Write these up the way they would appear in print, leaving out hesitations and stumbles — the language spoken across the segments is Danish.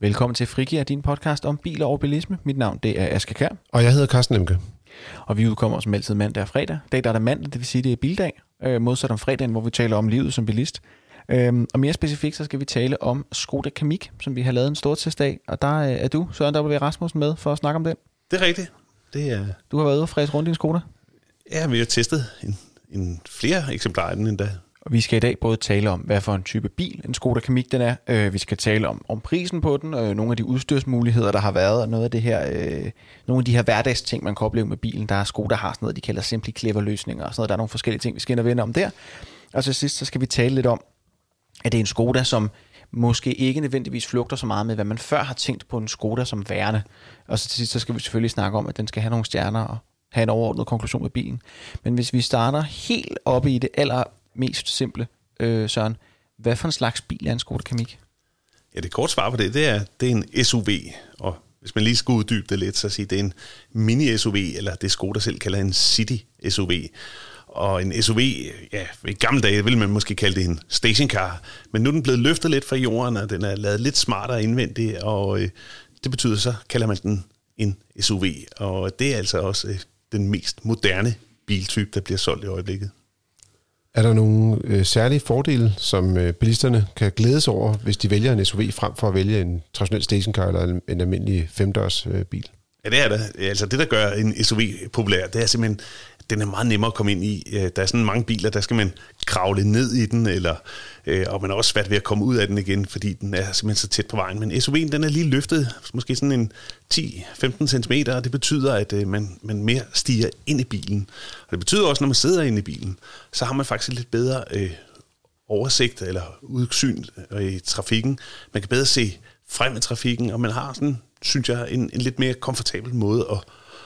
Velkommen til Frigir, din podcast om biler og bilisme. Mit navn det er Asger Kjær. Og jeg hedder Carsten Emke. Og vi udkommer som altid mandag og fredag. I dag der er der mandag, det vil sige det er bildag. Modsat om fredagen, hvor vi taler om livet som bilist. Og mere specifikt så skal vi tale om Skoda Kamiq, som vi har lavet en stor test af. Og der er du, Søren W. Rasmussen, med for at snakke om den. Det er rigtigt. Du har været ude og fræse rundt i en Skoda. Ja, vi har testet en flere eksemplarer af den endda. Og vi skal i dag både tale om, hvad for en type bil en Skoda Kamiq den er. Vi skal tale om prisen på den, nogle af de udstyrsmuligheder, der har været, og noget af det her, nogle af de her hverdagsting, man kan opleve med bilen. Der er Skoda har sådan noget, de kalder Simply Clever løsninger og sådan noget. Der er nogle forskellige ting, vi skal ind og vende om der. Og til sidst, så skal vi tale lidt om, at det er en Skoda, som måske ikke nødvendigvis flugter så meget med, hvad man før har tænkt på en Skoda som værende. Og så til sidst, så skal vi selvfølgelig snakke om, at den skal have nogle stjerner og have en overordnet konklusion med bilen. Men hvis vi starter helt oppe i det allermest simple, Søren, hvad for en slags bil er en Skoda Kamiq? Ja, det korte svar på det er en SUV, og hvis man lige skal uddybe det lidt, så siger det er en mini-SUV, eller det Skoda selv kalder en City-SUV. Og en SUV, ja, i gamle dage ville man måske kalde det en stationcar, men nu er den blevet løftet lidt fra jorden, og den er lavet lidt smartere indvendigt, og det betyder så, kalder man den en SUV. Og det er altså også den mest moderne biltype, der bliver solgt i øjeblikket. Er der nogle særlige fordele, som bilisterne kan glædes over, hvis de vælger en SUV frem for at vælge en traditionel stationcar eller en almindelig femdørs bil? Ja, det er det. Altså det, der gør en SUV populær, det er simpelthen, den er meget nemmere at komme ind i. Der er sådan mange biler, der skal man kravle ned i den, og man er også svært ved at komme ud af den igen, fordi den er simpelthen så tæt på vejen. Men SUV'en, den er lige løftet, måske sådan en 10-15 cm, og det betyder, at man mere stiger ind i bilen. Og det betyder også, når man sidder inde i bilen, så har man faktisk lidt bedre oversigt eller udsyn i trafikken. Man kan bedre se frem i trafikken, og man har sådan, synes jeg, en lidt mere komfortabel måde at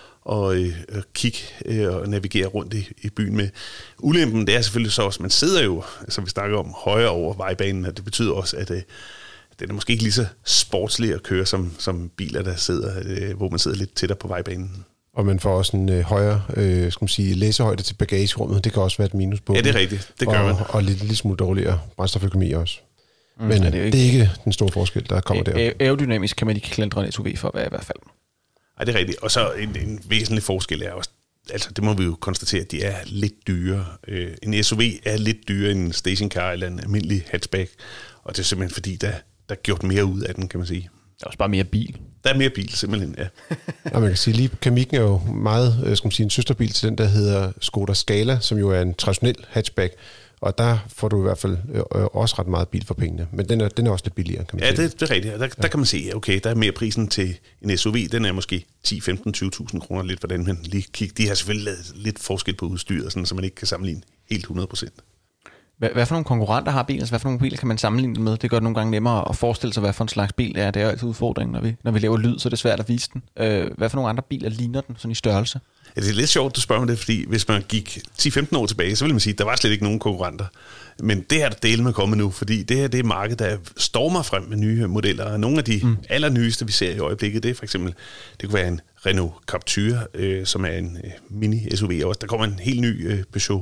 kigge og navigere rundt i byen med. Ulempen, det er selvfølgelig så også, man sidder jo, altså vi snakker om højere over vejbanen, og det betyder også, at den er måske ikke lige så sportslig at køre som biler, der sidder, hvor man sidder lidt tættere på vejbanen. Og man får også en højere læsehøjde til bagagerummet. Det kan også være et minus på. Ja, det er rigtigt. Det gør man. Og lidt smule dårligere brændstoføkonomi også. Men det er ikke den store forskel, der kommer der. Aerodynamisk kan man ikke klandre en SUV for at være i hvert fald. Nej, det er rigtigt. Og så en væsentlig forskel er også, altså det må vi jo konstatere, at de er lidt dyre. En SUV er lidt dyrere end en stationcar eller en almindelig hatchback, og det er simpelthen fordi, der er gjort mere ud af den, kan man sige. Der er også bare mere bil. Der er mere bil, simpelthen, ja. Og man kan sige, lige Kamiq'en er jo meget, en søsterbil til den, der hedder Skoda Scala, som jo er en traditionel hatchback. Og der får du i hvert fald også ret meget bil for pengene. Men den er også lidt billigere, kan man sige. Ja, det er rigtigt. Der kan man se, okay, der er mere prisen til en SUV. Den er måske 10-15-20.000 kroner lidt, hvordan man lige kigger. De har selvfølgelig lavet lidt forskel på udstyret, sådan, så man ikke kan sammenligne helt 100%. Hvad for nogle konkurrenter har bilen? Altså, hvad for nogle biler kan man sammenligne med? Det gør det nogle gange nemmere at forestille sig, hvad for en slags bil det er. Det er jo altid udfordringen, når vi laver lyd, så er det svært at vise den. Hvad for nogle andre biler ligner den sådan i størrelse? Ja, det er lidt sjovt, du spørger mig det, fordi hvis man gik 10-15 år tilbage, så ville man sige, at der var slet ikke nogen konkurrenter. Men det her, der dele med kommet nu, fordi det her, det er markedet, der stormer frem med nye modeller. Og nogle af de allernyeste, vi ser i øjeblikket, det er for eksempel, det kunne være en Renault Captur, som er en mini-SUV også. Der kommer en helt ny Peugeot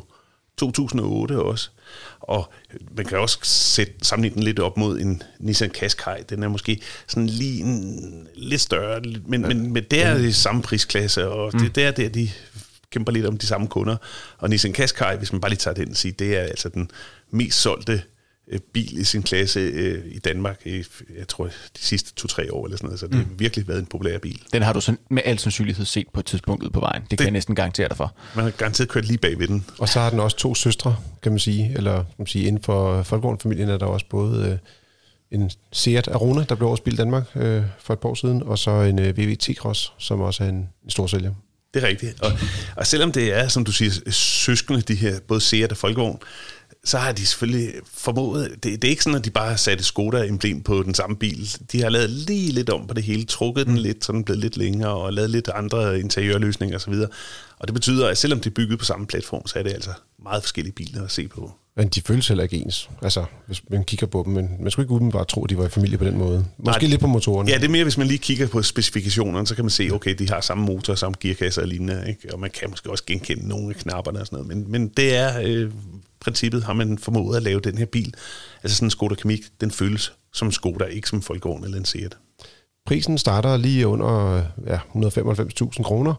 2008 også. Og man kan også sammenligne den lidt op mod en Nissan Qashqai. Den er måske sådan lige lidt større, men det er det samme prisklasse, og det er der, de kæmper lidt om de samme kunder. Og Nissan Qashqai, hvis man bare lige tager den og siger, det er altså den mest solgte bil i sin klasse i Danmark i, jeg tror, de sidste 2-3 år eller sådan noget, så det har virkelig været en populær bil. Den har du så med al sandsynlighed set på et tidspunkt på vejen. Det kan jeg næsten garantere dig for. Man har garanteret kørt lige bag ved den. Og så har den også 2 søstre, kan man sige, eller kan man sige, inden for Folkevogn-familien er der også både en Seat Arona, der blev årets bil i Danmark for et par år siden, og så en VW T-Cross, som også er en stor sælger. Det er rigtigt. Og selvom det er, som du siger, søskende, de her, både Seat og Folkevogn, så har de selvfølgelig formået, det er ikke sådan, at de bare har sat Skoda-emblem på den samme bil. De har lavet lige lidt om på det hele, trukket den lidt, så den blev lidt længere, og lavet lidt andre interiørløsninger osv. Og det betyder, at selvom de er bygget på samme platform, så er det altså meget forskellige biler at se på. Men de føles heller ikke ens, altså hvis man kigger på dem, men man skulle ikke umiddelbart tro, at de var i familie på den måde. Måske lidt på motoren. Ja, det er mere, hvis man lige kigger på specifikationerne, så kan man se, okay, de har samme motor, samme gearkasse og lignende, ikke? Og man kan måske også genkende nogle af knapperne og sådan noget, men det er princippet, har man formået at lave den her bil, altså sådan en Skoda Kamiq, den føles som Skoda, ikke som Folgården eller en Seat. Prisen starter lige under 195.000 kroner.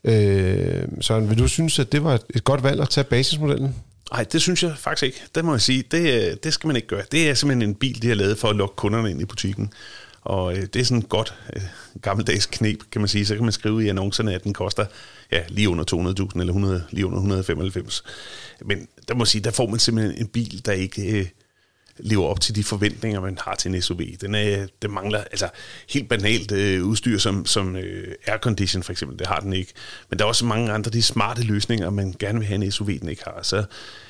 Så vil du synes, at det var et godt valg at tage basismodellen? Nej, det synes jeg faktisk ikke. Det må jeg sige, det skal man ikke gøre. Det er simpelthen en bil, de har lavet for at lokke kunderne ind i butikken. Og det er sådan et godt gammeldags knep, kan man sige. Så kan man skrive i annoncerne, at den koster lige under 200.000 eller lige under 195. Men der må jeg sige, der får man simpelthen en bil, der ikke lever op til de forventninger, man har til en SUV. Det mangler altså helt banalt udstyr som aircondition for eksempel. Det har den ikke. Men der er også mange andre de smarte løsninger, man gerne vil have en SUV, den ikke har. Så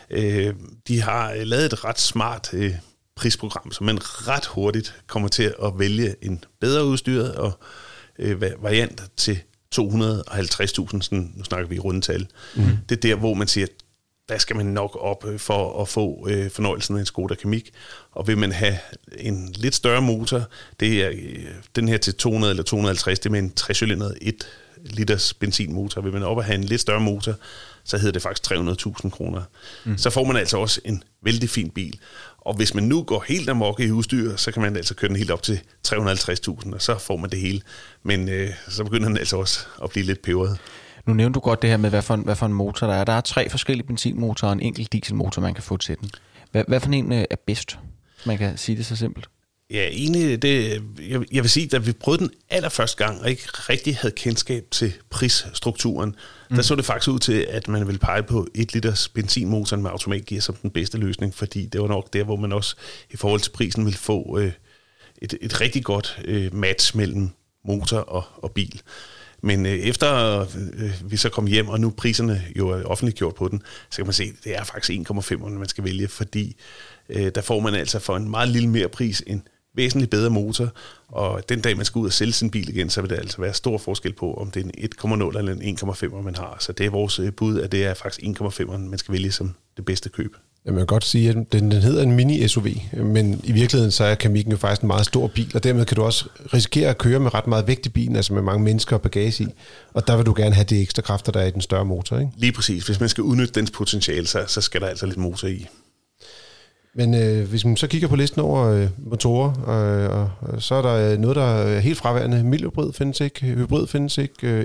de har lavet et ret smart prisprogram, så man ret hurtigt kommer til at vælge en bedre udstyret og variant til 250.000, sådan, nu snakker vi i rundetal. Det er der, hvor man siger, der skal man nok op for at få fornøjelsen af en Skoda Kamiq. Og vil man have en lidt større motor, det er den her til 200 eller 250, det er med en 3-cylindret 1 liters benzinmotor. Vil man op og have en lidt større motor, så hedder det faktisk 300.000 kroner. Så får man altså også en vældig fin bil. Og hvis man nu går helt amok i udstyr, så kan man altså køre den helt op til 350.000, og så får man det hele. Men så begynder den altså også at blive lidt peberet. Nu nævnte du godt det her med, hvad for en motor der er. Der er 3 forskellige benzinmotorer og en enkelt dieselmotor, man kan få til den. Hvad for en er bedst? Man kan sige det så simpelt. Ja, egentlig, jeg vil sige, da vi prøvede den allerførste gang, og ikke rigtig havde kendskab til prisstrukturen, der så det faktisk ud til, at man ville pege på 1 liters benzinmotoren med automatgear som den bedste løsning, fordi det var nok der, hvor man også i forhold til prisen ville få et rigtig godt match mellem motor og bil. Men efter vi så kom hjem, og nu priserne jo er offentliggjort på den, så kan man se, at det er faktisk 1,5, man skal vælge, fordi der får man altså for en meget lille mere pris en væsentligt bedre motor, og den dag man skal ud og sælge sin bil igen, så vil der altså være stor forskel på, om det er en 1,0 eller en 1,5, man har. Så det er vores bud, at det er faktisk 1,5, man skal vælge som det bedste køb. Jeg kan godt sige, at den hedder en mini-SUV, men i virkeligheden så er Kamiq'en jo faktisk en meget stor bil, og dermed kan du også risikere at køre med ret meget vægt i bilen, altså med mange mennesker og bagage i, og der vil du gerne have de ekstra kræfter, der er i den større motor, ikke? Lige præcis. Hvis man skal udnytte dens potentiale, så skal der altså lidt motor i. Men hvis man så kigger på listen over motorer, så er der noget, der er helt fraværende. Mild-hybrid findes ikke, hybrid findes ikke,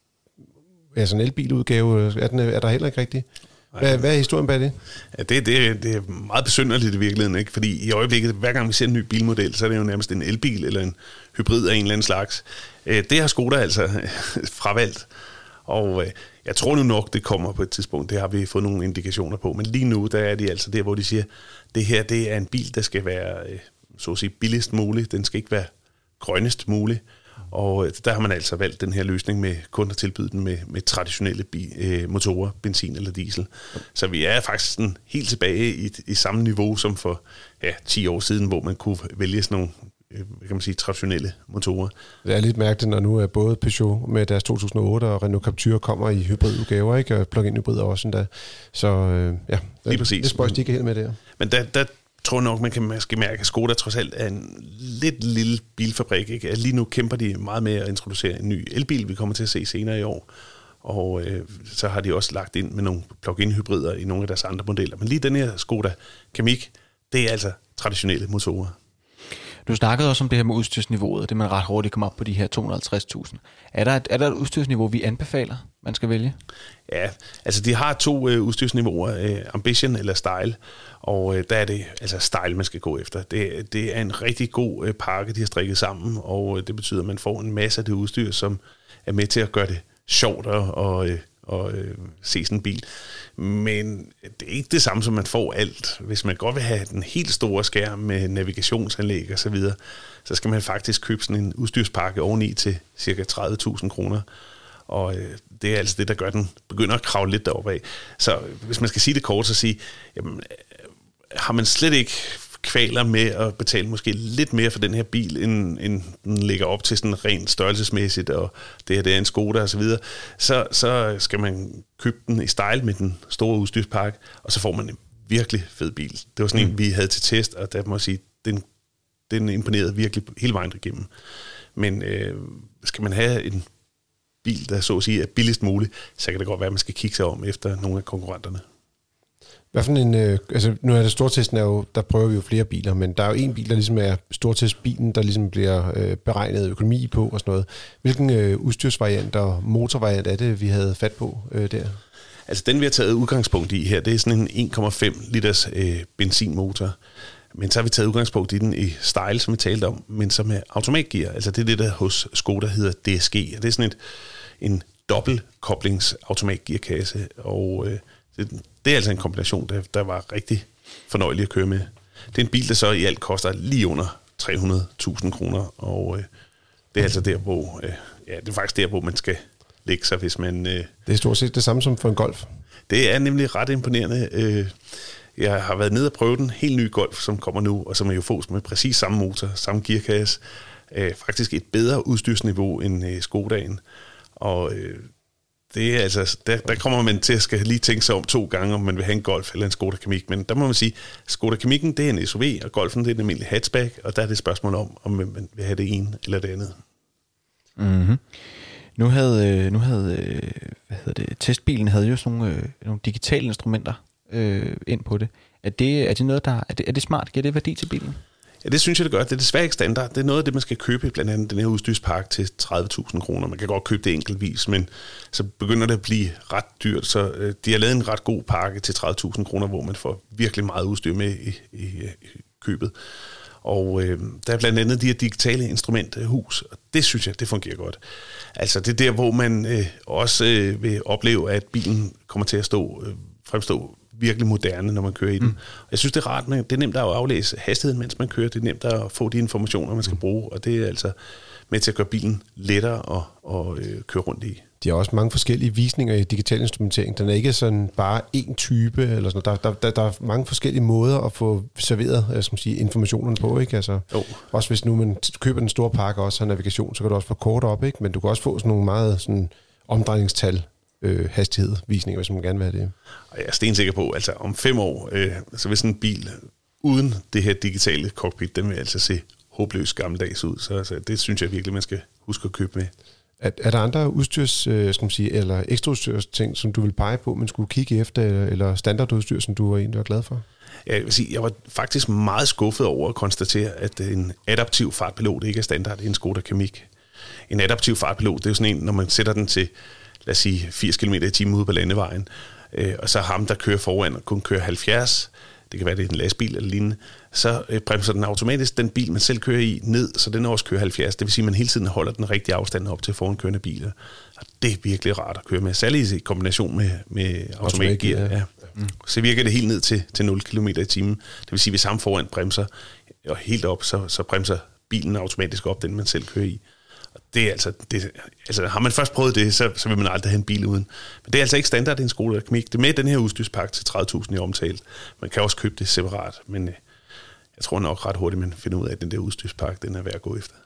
altså en elbiludgave er der heller ikke rigtigt. Hvad er historien bag det? Ja, det er meget besynderligt i virkeligheden, ikke? Fordi i øjeblikket, hver gang vi ser en ny bilmodel, så er det jo nærmest en elbil eller en hybrid af en eller anden slags. Det har Skoda altså fravalgt. Og jeg tror nu nok, det kommer på et tidspunkt. Det har vi fået nogle indikationer på. Men lige nu, der er de altså der, hvor de siger, det her det er en bil, der skal være så at sige billigst mulig. Den skal ikke være grønnest mulig. Og der har man altså valgt den her løsning med kun at tilbyde den med traditionelle motorer, benzin eller diesel. Så vi er faktisk sådan helt tilbage i samme niveau som for 10 år siden, hvor man kunne vælge sådan nogle kan man sige, traditionelle motorer. Det er lidt mærkeligt, når nu er både Peugeot med deres 2008 og Renault Captur kommer i hybridudgaver, ikke? Og plug-in hybrider også endda. Så lige præcis. Det spørger de ikke helt med det her. Men der tror jeg nok, man kan måske mærke, at Skoda trods alt er en lidt lille bilfabrik. Ikke? Lige nu kæmper de meget med at introducere en ny elbil, vi kommer til at se senere i år. Og så har de også lagt ind med nogle plug-in hybrider i nogle af deres andre modeller. Men lige den her Skoda Kamiq, det er altså traditionelle motorer. Du snakkede også om det her med udstyrsniveauet, det man ret hurtigt kommer op på de her 250.000. Er der et udstyrsniveau, vi anbefaler, man skal vælge? Ja, altså de har 2 udstyrsniveauer, Ambition eller Style, og der er det altså Style, man skal gå efter. Det er en rigtig god pakke, de har strikket sammen, og det betyder, at man får en masse af det udstyr, som er med til at gøre det sjovt og se sådan en bil. Men det er ikke det samme, som man får alt. Hvis man godt vil have den helt store skærm med navigationsanlæg og så videre, så skal man faktisk købe sådan en udstyrspakke oveni til ca. 30.000 kroner. Og det er altså det, der gør den begynder at kravle lidt deroppe af. Så hvis man skal sige det kort, så sige, jamen, har man slet ikke kvaler med at betale måske lidt mere for den her bil, end den ligger op til sådan rent størrelsesmæssigt, og det er en Skoda og så videre, så skal man købe den i Style med den store udstyrspakke, og så får man en virkelig fed bil. Det var sådan en, vi havde til test, og der må jeg sige, den imponerede virkelig hele vejen igennem. Men skal man have en bil, der så at sige er billigst muligt, så kan det godt være, at man skal kigge sig om efter nogle af konkurrenterne. Hvad for en, altså nu er det stortesten der prøver vi jo flere biler, men der er jo en bil, der ligesom er stortestbilen, der ligesom bliver beregnet økonomi på og sådan noget. Hvilken udstyrsvariant og motorvariant er det, vi havde fat på der? Altså den, vi har taget udgangspunkt i her, det er sådan en 1,5 liters benzinmotor. Men så har vi taget udgangspunkt i den i Style, som vi talte om, men som er automatgear. Altså det er det, der hos Skoda hedder DSG. Og det er sådan en dobbeltkoblingsautomatgearkasse, og det er altså en kombination, der var rigtig fornøjelig at køre med. Det er en bil, der så i alt koster lige under 300.000 kroner, og det er altså der, hvor det er faktisk der, hvor man skal lægge sig, hvis man... Det er stort set det samme som for en Golf. Det er nemlig ret imponerende. Jeg har været nede og prøve den helt nye Golf, som kommer nu, og som er jo fås med præcis samme motor, samme gearkasse. Faktisk et bedre udstyrsniveau end Skodaen. Og det er altså, der kommer man til at skal lige tænke sig om 2 gange, om man vil have en Golf eller en Skoda Kamiq. Men der må man sige, Skoda Kamiq'en, det er en SUV, og Golfen, det er en almindelig hatchback, og der er det spørgsmål om man vil have det ene eller det andet. Mm-hmm. Nu havde testbilen havde jo sådan nogle digitale instrumenter ind på det. Er det noget, er det smart? Giver det værdi til bilen? Ja, det synes jeg, det gør. Det er desværre ikke standard. Det er noget af det, man skal købe, blandt andet den her udstyrspakke til 30.000 kroner. Man kan godt købe det enkeltvis, men så begynder det at blive ret dyrt. Så de har lavet en ret god pakke til 30.000 kroner, hvor man får virkelig meget udstyr med i købet. Og der er blandt andet de her digitale instrumenthus, og det synes jeg, det fungerer godt. Altså det er der, hvor man også vil opleve, at bilen kommer til at fremstå virkelig moderne, når man kører i den. Og jeg synes, det er rart, men det er nemt at aflæse hastigheden, mens man kører. Det er nemt at få de informationer, man skal bruge, og det er altså med til at gøre bilen lettere at køre rundt i. De har også mange forskellige visninger i digital instrumentering. Den er ikke sådan bare én type, eller sådan. Der er mange forskellige måder at få serveret informationerne på, ikke? Altså, også hvis nu man køber den store pakke og også har navigation, så kan du også få kort op, ikke? Men du kan også få sådan nogle meget sådan omdrejningstal hastighed, visninger, hvis man gerne vil have det. Og jeg er stensikker på, altså om 5 år, så vil sådan en bil uden det her digitale cockpit, den vil altså se håbløst gammeldags ud. Så det synes jeg virkelig, man skal huske at købe med. Er der andre udstyrs, eller ekstra udstyrsting, som du vil pege på, man skulle kigge efter, eller standardudstyr, som du var glad for? Ja, jeg vil sige, jeg var faktisk meget skuffet over at konstatere, at en adaptiv fartpilot ikke er standard i en Skoda Kamiq. En adaptiv fartpilot, det er jo sådan en, når man sætter den til, lad os sige, 80 km/t ude på landevejen, og så ham, der kører foran og kun kører 70, det kan være, det er en lastbil eller lignende, så bremser den automatisk den bil, man selv kører i, ned, så den også kører 70. Det vil sige, at man hele tiden holder den rigtige afstand op til forankørende biler. Og det er virkelig rart at køre med, særligt i kombination med automatgear. Ja. Så virker det helt ned til 0 km/t. Det vil sige, at hvis ham foran bremser og helt op, så bremser bilen automatisk op, den man selv kører i. Og det er altså har man først prøvet det, så vil man aldrig have en bil uden. Men det er altså ikke standard i en Skoda Kamiq. Det er med den her udstyrspakke til 30.000 i omtalt. Man kan også købe det separat, men jeg tror nok ret hurtigt, man finder ud af, at den der udstyrspakke, den er værd at gå efter.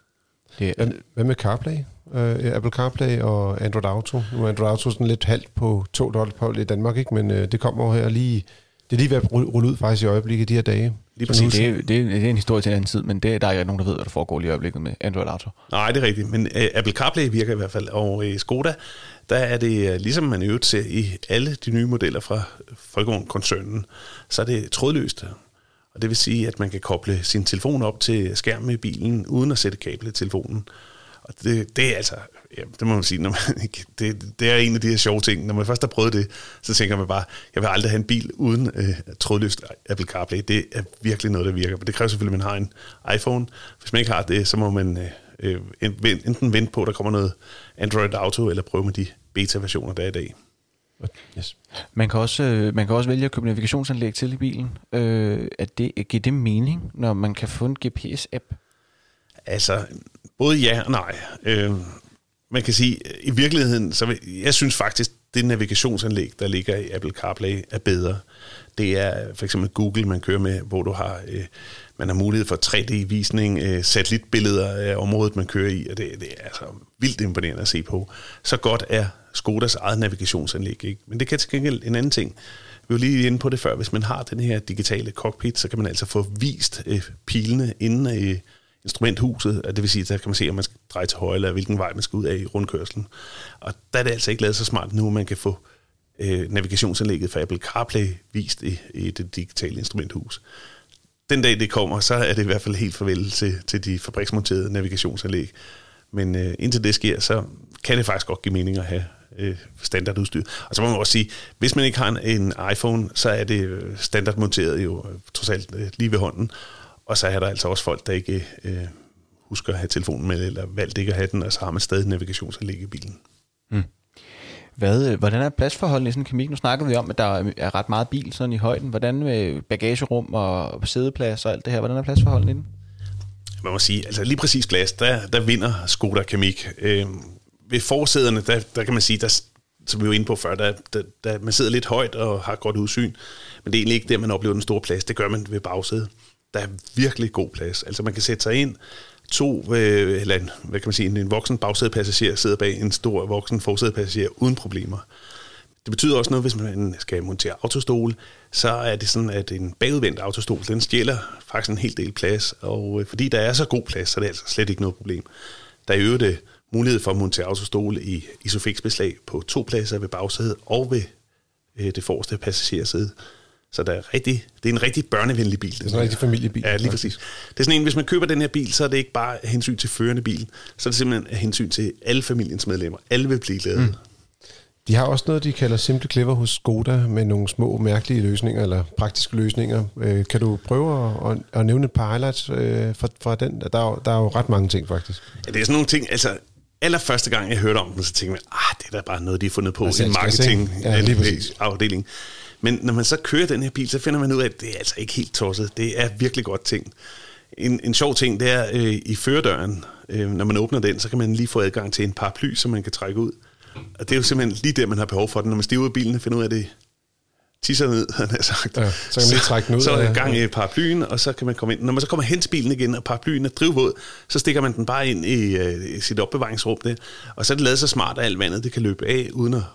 Hvad med CarPlay? Apple CarPlay og Android Auto. Nu er Android Auto sådan lidt halvt på $2 i Danmark, ikke? Men det kommer her lige... Det er lige ved at rulle ud faktisk i øjeblikket de her dage. Lige præcis. Det er en historie til en anden tid, men der er ikke nogen, der ved, hvad der foregår lige i øjeblikket med Android Auto. Nej, det er rigtigt, men Apple CarPlay virker i hvert fald, og i Skoda, der er det, ligesom man i øvrigt ser i alle de nye modeller fra Volkswagen-koncernen, så er det trådløst. Og det vil sige, at man kan koble sin telefon op til skærmen i bilen, uden at sætte kabel i telefonen. Og det er altså, ja, det må man sige, det er en af de her sjove ting. Når man først har prøvet det, så tænker man bare, jeg vil aldrig have en bil uden trådløst Apple CarPlay. Det er virkelig noget, der virker. Men det kræver selvfølgelig, at man har en iPhone. Hvis man ikke har det, så må man enten vente på, at der kommer noget Android Auto, eller prøve med de beta-versioner, der er i dag. Yes. Man kan også vælge at købe navigationsanlæg til i bilen. Giver det mening, når man kan få en GPS-app? Altså, både ja og nej. Man kan sige, i virkeligheden, jeg synes faktisk, det navigationsanlæg, der ligger i Apple CarPlay, er bedre. Det er for eksempel Google, man kører med, hvor man har mulighed for 3D-visning, satellitbilleder af området, man kører i, og det er altså vildt imponerende at se på. Så godt er Skodas eget navigationsanlæg, ikke? Men det kan til gengæld en anden ting. Vi var lige inde på det før. Hvis man har den her digitale cockpit, så kan man altså få vist pilene inde i instrumenthuset, og det vil sige, der kan man se, om man skal dreje til højre, eller hvilken vej man skal ud af i rundkørslen. Og der er det altså ikke lavet så smart nu, man kan få navigationsanlægget for Apple CarPlay vist i det digitale instrumenthus. Den dag det kommer, så er det i hvert fald helt farvel til de fabriksmonterede navigationsanlæg. Men indtil det sker, så kan det faktisk godt give mening at have standardudstyr. Og så må man også sige, hvis man ikke har en iPhone, så er det standardmonteret jo trods alt lige ved hånden. Og så er der altså også folk, der ikke husker at have telefonen med, eller valgt ikke at have den, og så har man stadig navigationsanlæg i bilen. Hvordan er pladsforholdene i sådan en Kamiq? Nu snakkede vi om, at der er ret meget bil sådan i højden. Hvordan med bagagerum og sædeplads og alt det her? Hvordan er pladsforholdene i den? Man må sige, altså lige præcis plads, der vinder Skoda Kamiq. Ved forsæderne, der kan man sige, som vi var inde på før, der man sidder lidt højt og har godt udsyn, men det er egentlig ikke der, man oplever den store plads. Det gør man ved bagsædet. Der er virkelig god plads. Altså man kan sætte sig ind, en voksen bagsædepassager sidder bag en stor voksen forsædepassager uden problemer. Det betyder også noget, hvis man skal montere autostol, så er det sådan, at en bagudvendt autostol, den stjæler faktisk en hel del plads, og fordi der er så god plads, så er det altså slet ikke noget problem. Der er jo det mulighed for at montere autostol i Isofix-beslag på 2 pladser ved bagsædet og ved det forreste passagersæde. Så det er en rigtig børnevenlig bil. Det er en rigtig familiebil. Ja, lige præcis. Det er sådan en, hvis man køber den her bil, så er det ikke bare hensyn til førende bil, så er det simpelthen hensyn til alle familiens medlemmer. Alle vil blive glade. De har også noget, de kalder Simple Clever hos Skoda, med nogle små mærkelige løsninger, eller praktiske løsninger. Kan du prøve at nævne et par highlights fra den? Der er jo ret mange ting, faktisk. Ja, det er sådan nogle ting, altså allerførste gang, jeg hørte om den, så tænkte jeg, det er da bare noget, de har fundet på i en marketing-afdeling. Men når man så kører den her bil, så finder man ud af, at det er altså ikke helt tosset. Det er virkelig godt ting. En sjov ting, det er i førerdøren, når man åbner den, så kan man lige få adgang til en paraply, som man kan trække ud. Og det er jo simpelthen lige der, man har behov for den. Når man stiger ud af bilen og finder ud af, det tisser ned, han har sagt. Ja, så kan man lige trække den ud. Så er der gang i paraplyen, og så kan man komme ind. Når man så kommer hen til bilen igen, og paraplyen er drivvåd, så stikker man den bare ind i sit opbevaringsrum der. Og så er det lavet så smart, at alt vandet det kan løbe af, uden at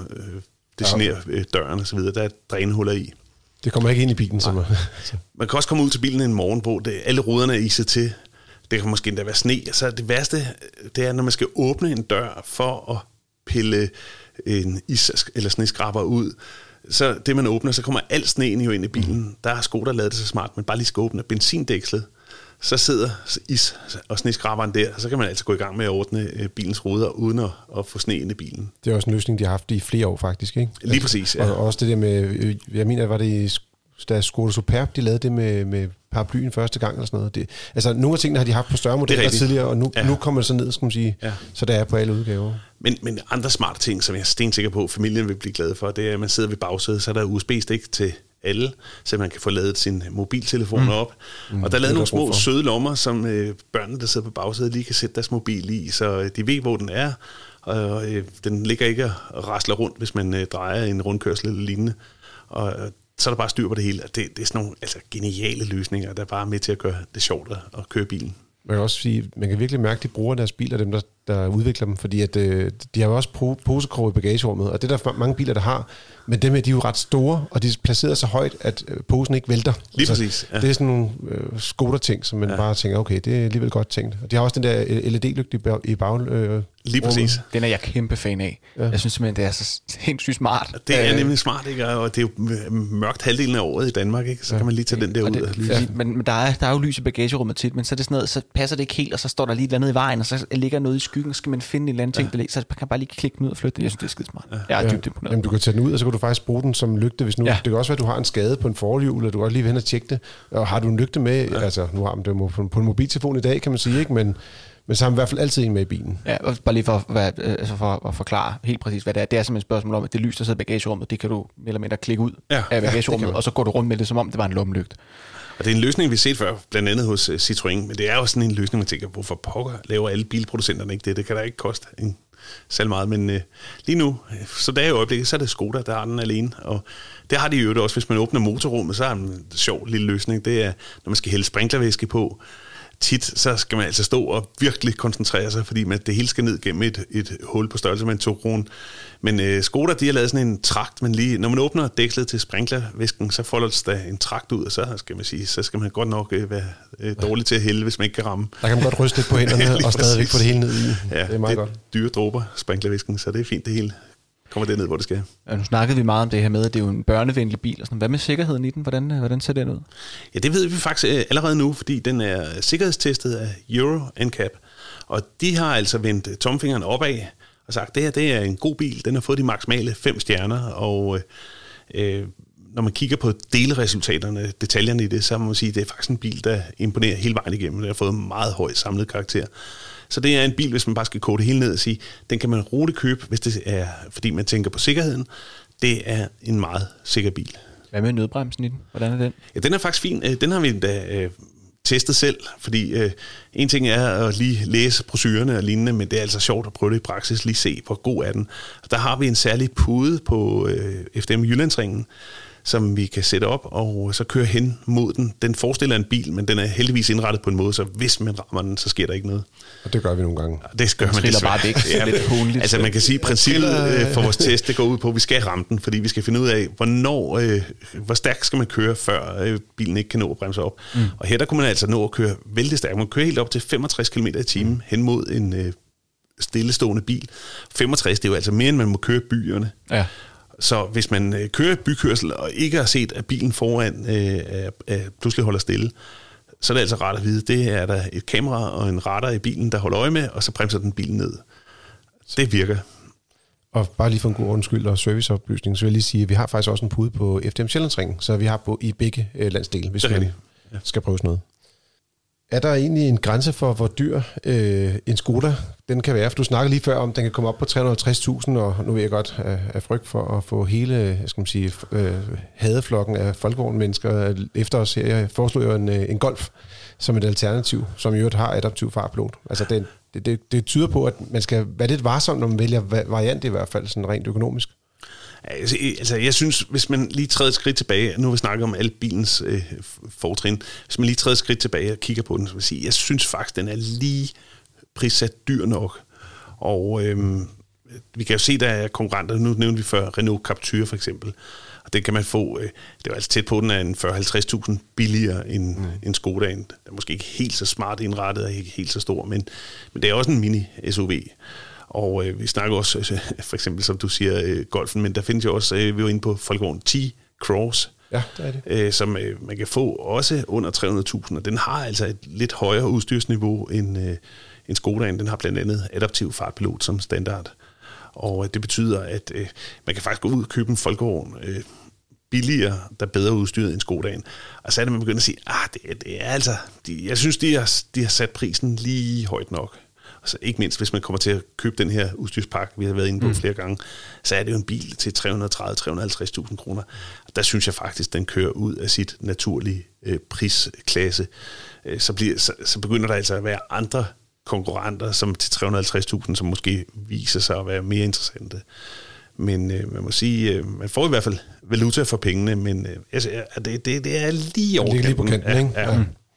desinere døren og så videre. Der er drænhuller i. Det kommer ikke ind i bilen, så man kan også komme ud til bilen en morgen på. Alle ruderne er iset til. Det kan måske endda være sne. Så det værste, det er, når man skal åbne en dør for at pille en is- eller sneskraber ud. Så det, man åbner, så kommer al sneen jo ind i bilen. Der har Skoda lavet det så smart, man bare lige skal åbne benzindækslet. Så sidder is- og sneskraberen der, og så kan man altså gå i gang med at ordne bilens ruder, uden at få sne ind i bilen. Det er også en løsning, de har haft i flere år faktisk, ikke? Lige præcis, ja. Og også det der med, jeg mener, var det da Skoda Superb, de lavede det med paraplyen første gang eller sådan noget. Altså nogle af tingene har de haft på større modeller tidligere, og nu kommer det så ned, skal man sige, så det er på alle udgaver. Men andre smarte ting, som jeg er stensikker på, familien vil blive glad for, det er, at man sidder ved bagsædet, så er der USB-stik til alle, så man kan få lavet sin mobiltelefon op. Og der er lavet nogle små søde lommer, som børnene, der sidder på bagsædet, lige kan sætte deres mobil i, så de ved, hvor den er, og den ligger ikke og rasler rundt, hvis man drejer en rundkørsel eller lignende. Og så er der bare styr på det hele. Det er sådan nogle geniale løsninger, der bare er med til at gøre det sjovt at køre bilen. Man kan også sige, man kan virkelig mærke, at de bruger deres biler, dem der udvikler dem, fordi at, de har jo også posekrog i bagagerummet, og det er der mange biler, der har, men dem her, de er jo ret store, og de er placeret så højt, at posen ikke vælter. Lige præcis. Ja. Det er sådan nogle Skoda-ting, som man bare tænker, okay, det er alligevel godt tænkt. Og de har også den der LED-lygte i bag. Lige præcis. Den er jeg kæmpe fan af. Ja. Jeg synes simpelthen, det er så sindssygt smart. Det er nemlig smart, ikke? Og det er jo mørkt halvdelen af året i Danmark, ikke? Så kan man lige tage den der ud. Men der er jo lys i bagagerummet tit, men så er det sådan noget, så passer det ikke helt, og så står der lige et eller andet i vejen, og så ligger noget i skyggen, og skal man finde en eller anden ting, der ligger, så kan bare lige klikke den ud og flytte den. Jeg synes, det er skide smart. Jeg er dybt imponeret. Jamen, du kan tage den ud, og så kan du faktisk bruge den som lygte, hvis nu. Det kan også være, at du har en skade på en forhjul, eller du kan også lige hen og tjekke det. Og har du en lygte med, altså nu har man det på en mobiltelefon i dag, kan man sige, ikke? Men så har man i hvert fald altid en med i bilen. Ja, og bare lige for at forklare helt præcis, hvad det er. Det er simpelthen et spørgsmål om, at det lys, der sidder i bagagerummet, det kan du mere eller mindre klikke ud af bagagerummet, og så går du rundt med det, som om det var en lommelygt. Og det er en løsning, vi har set før, blandt andet hos Citroën, men det er jo sådan en løsning, man tænker, hvorfor pokker laver alle bilproducenterne ikke det? Det kan da ikke koste selv meget, men lige nu, så der i øjeblikket, så er det Skoda, der har den alene, og det har de jo også, hvis man åbner motorrummet, så er en sjov lille løsning, det er, når man skal hælde sprinklervæske på, tit, så skal man altså stå og virkelig koncentrere sig, fordi det hele skal ned gennem et hul på størrelse med en togkrone. Men Skoda, de har lavet sådan en trakt, men lige, når man åbner dækslet til sprinklervæsken, så folder der en trakt ud, og så skal man godt nok være dårlig til at hælde, hvis man ikke kan ramme. Der kan man godt ryste lidt på hænderne og stadigvæk få det hele ned i. Ja, det er meget godt. Dyre dråber, sprinklervæsken, så det er fint det hele. kommer det ned, hvor det skal. Ja, nu snakkede vi meget om det her med, at det er jo en børnevenlig bil. Og sådan. Hvad med sikkerheden i den? Hvordan ser den ud? Ja, det ved vi faktisk allerede nu, fordi den er sikkerhedstestet af Euro NCAP. Og de har altså vendt tomfingeren opad og sagt, det her det er en god bil. Den har fået de maksimale 5 stjerner, og når man kigger på delresultaterne, detaljerne i det, så må man sige, at det er faktisk en bil, der imponerer hele vejen igennem. Den har fået en meget høj samlet karakter. Så det er en bil, hvis man bare skal kode det hele ned og sige, den kan man roligt købe, hvis det er, fordi man tænker på sikkerheden. Det er en meget sikker bil. Hvad med nødbremsen i den? Hvordan er den? Ja, den er faktisk fin. Den har vi da testet selv, fordi en ting er at lige læse brochurerne og lignende, men det er altså sjovt at prøve det i praksis, lige se, hvor god er den. Og der har vi en særlig pude på FDM Jyllandsringen, som vi kan sætte op, og så køre hen mod den. Den forestiller en bil, men den er heldigvis indrettet på en måde, så hvis man rammer den, så sker der ikke noget. Og det gør vi nogle gange. Ja, det gør man desværre. Bare væk, ja. Lidt hunligt. Altså man kan sige, at princippet for vores test, det går ud på, at vi skal ramme den, fordi vi skal finde ud af, hvor stærkt skal man køre, før bilen ikke kan nå at bremse op. Og her der kunne man altså nå at køre vældig stærkt. Man kører helt op til 65 km i timen hen mod en stillestående bil. 65, det er jo altså mere, end man må køre byerne. Ja. Så hvis man kører bykørsel og ikke har set, at bilen foran pludselig holder stille, så er det altså rart at vide, det er der et kamera og en radar i bilen, der holder øje med, og så bremser den bilen ned. Det virker. Og bare lige for en god undskyld og serviceoplysning, så vil jeg lige sige, at vi har faktisk også en pude på FDM Sjællandsringen, så vi har på i begge landsdele, hvis man skal prøve sådan noget. Er der egentlig en grænse for, hvor dyr en Skoda den kan være? For du snakkede lige før om, den kan komme op på 350.000, og nu ved jeg godt af frygt for at få hele hadeflokken af folkevognmennesker efter os her. Jeg foreslår jo en Golf som et alternativ, som i øvrigt har adaptiv fartpilot. Altså det tyder på, at man skal være lidt varsom, når man vælger variant i hvert fald, sådan rent økonomisk. Altså, jeg synes, hvis man lige træder et skridt tilbage, nu har vi snakket om alle bilens fortrin, hvis man lige træder et skridt tilbage og kigger på den, så vil jeg sige, jeg synes faktisk, den er lige prissat dyr nok. Og vi kan jo se, der er konkurrenter, nu nævnte vi før Renault Captur for eksempel, og det kan man få, det er altså tæt på, den er en 40-50.000 billigere end Skodaen. Den er måske ikke helt så smart indrettet og ikke helt så stor, men det er også en mini-SUV. Og vi snakker også, for eksempel som du siger, Golfen, men der findes jo også, vi var inde på Folkevogn T-Cross, ja, det er det. Som man kan få også under 300.000, og den har altså et lidt højere udstyrsniveau end Skodaen. Den har blandt andet adaptiv fartpilot som standard, og det betyder, at man kan faktisk gå ud og købe en Folkevogn billigere, der er bedre udstyret end Skodaen. Og så er det, man begynder at sige, det er altså, jeg synes, de har sat prisen lige højt nok. Altså, ikke mindst, hvis man kommer til at købe den her udstyrspakke, vi har været inde på flere gange, så er det jo en bil til 330-350.000 kroner. Der synes jeg faktisk, den kører ud af sit naturlige prisklasse. Så begynder der altså at være andre konkurrenter som til 350.000, som måske viser sig at være mere interessante. Men man må sige, man får i hvert fald valuta for pengene, men det er lige over. Det er lige på kanten, ikke? Ja.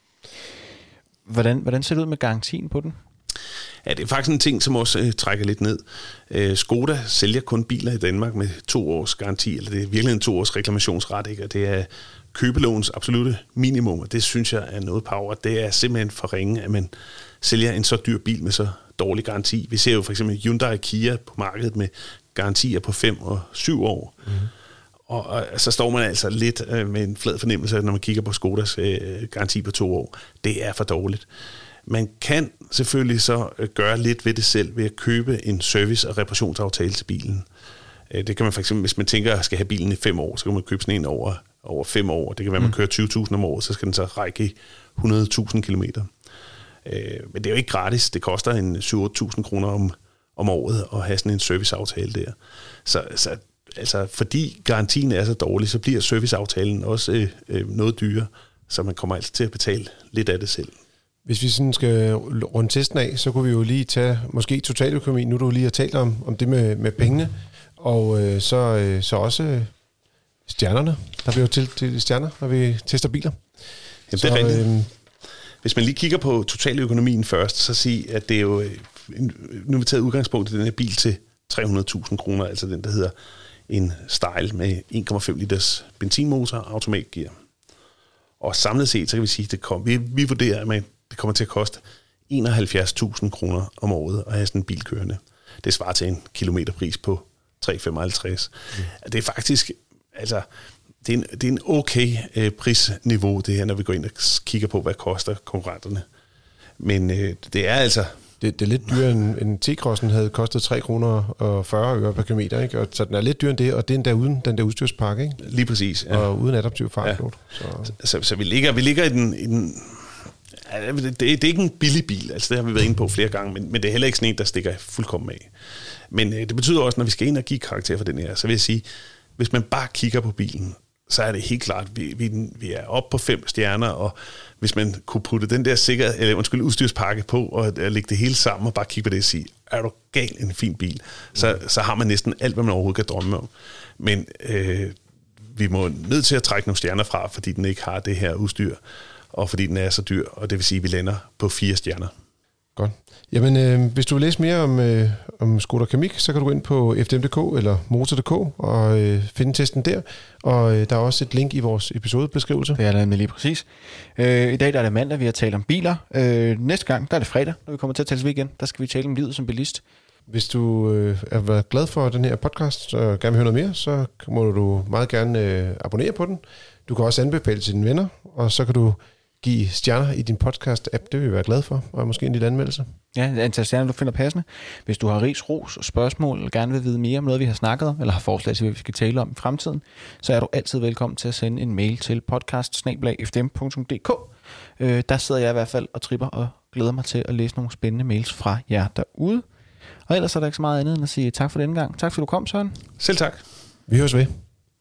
Hvordan ser det ud med garantien på den? Ja, det er faktisk en ting, som også trækker lidt ned. Skoda sælger kun biler i Danmark med 2 års garanti, eller det er virkelig en 2 års reklamationsret, ikke? Og det er købelovens absolutte minimum, og det synes jeg er noget power. Det er simpelthen for ringe, at man sælger en så dyr bil med så dårlig garanti. Vi ser jo for eksempel Hyundai og Kia på markedet med garantier på 5 og 7 år. Og så står man altså lidt med en flad fornemmelse, når man kigger på Skodas garanti på 2 år. Det er for dårligt. Man kan selvfølgelig så gøre lidt ved det selv ved at købe en service- og reparationsaftale til bilen. Det kan man for eksempel, hvis man tænker at skal have bilen i 5 år, så kan man købe sådan en over 5 år. Det kan være, at man kører 20.000 om året, så skal den så række i 100.000 kilometer. Men det er jo ikke gratis. Det koster en 7-8.000 kroner om året at have sådan en serviceaftale der. Så altså, fordi garantien er så dårlig, så bliver serviceaftalen også noget dyrere, så man kommer altså til at betale lidt af det selv. Hvis vi sådan skal runde testen af, så kunne vi jo lige tage måske totaløkonomi, nu du lige har talt om det med pengene, og så også stjernerne. Der bliver jo til stjerner, når vi tester biler. Jamen, det er rigtigt. Hvis man lige kigger på totaløkonomien først, så sig, at det er jo, nu har vi taget udgangspunkt i den her bil til 300.000 kroner, altså den, der hedder en Style med 1,5 liters benzinmotor og automatgear. Og samlet set, så kan vi sige, at vi vurderer, at det kommer til at koste 71.000 kroner om året at have sådan en bil kørende. Det svarer til en kilometerpris på 3,55. Det er faktisk, altså, det er en okay prisniveau, det her, når vi går ind og kigger på, hvad koster konkurrenterne. Men det er altså... Det er lidt dyrere end T-Crossen havde kostet 3,40 kroner per kilometer, ikke? Og så den er lidt dyrere end det, og det er endda uden den der udstyrspakke, ikke? Lige præcis. Ja. Og uden adaptiv fartpilot. Ja. Så vi ligger i den det er ikke en billig bil, altså det har vi været inde på flere gange, men det er heller ikke sådan en, der stikker fuldkommen af. Men det betyder også, når vi skal ind og give karakter for den her, så vil jeg sige, hvis man bare kigger på bilen, så er det helt klart, vi er oppe på 5 stjerner, og hvis man kunne putte den der udstyrspakke på, og lægge det hele sammen, og bare kigge på det og sige, er du gal en fin bil, så har man næsten alt, hvad man overhovedet kan drømme om. Men vi må nødt til at trække nogle stjerner fra, fordi den ikke har det her udstyr, og fordi den er så dyr, og det vil sige, at vi lander på 4 stjerner. Godt. Jamen, hvis du vil læse mere om Škoda Kamiq, så kan du gå ind på fdm.dk eller motor.dk og finde testen der. Og der er også et link i vores episodebeskrivelse. Det er der med lige præcis. I dag der er det mandag, vi har talt om biler. Næste gang, der er det fredag, når vi kommer til at tale ved igen. Der skal vi tale om livet som bilist. Hvis du er været glad for den her podcast og gerne vil høre noget mere, så må du meget gerne abonnere på den. Du kan også anbefale til dine venner, og så kan du give stjerner i din podcast-app, det vil vi være glad for, og måske en lille anmeldelse. Ja, antal stjerner, du finder passende. Hvis du har ris, ros, spørgsmål, eller gerne vil vide mere om noget, vi har snakket om, eller har forslag til, hvad vi skal tale om i fremtiden, så er du altid velkommen til at sende en mail til podcast@fdm.dk. Der sidder jeg i hvert fald og tripper og glæder mig til at læse nogle spændende mails fra jer derude. Og ellers er der ikke så meget andet end at sige tak for denne gang. Tak fordi du kom, Søren. Selv tak. Vi høres ved.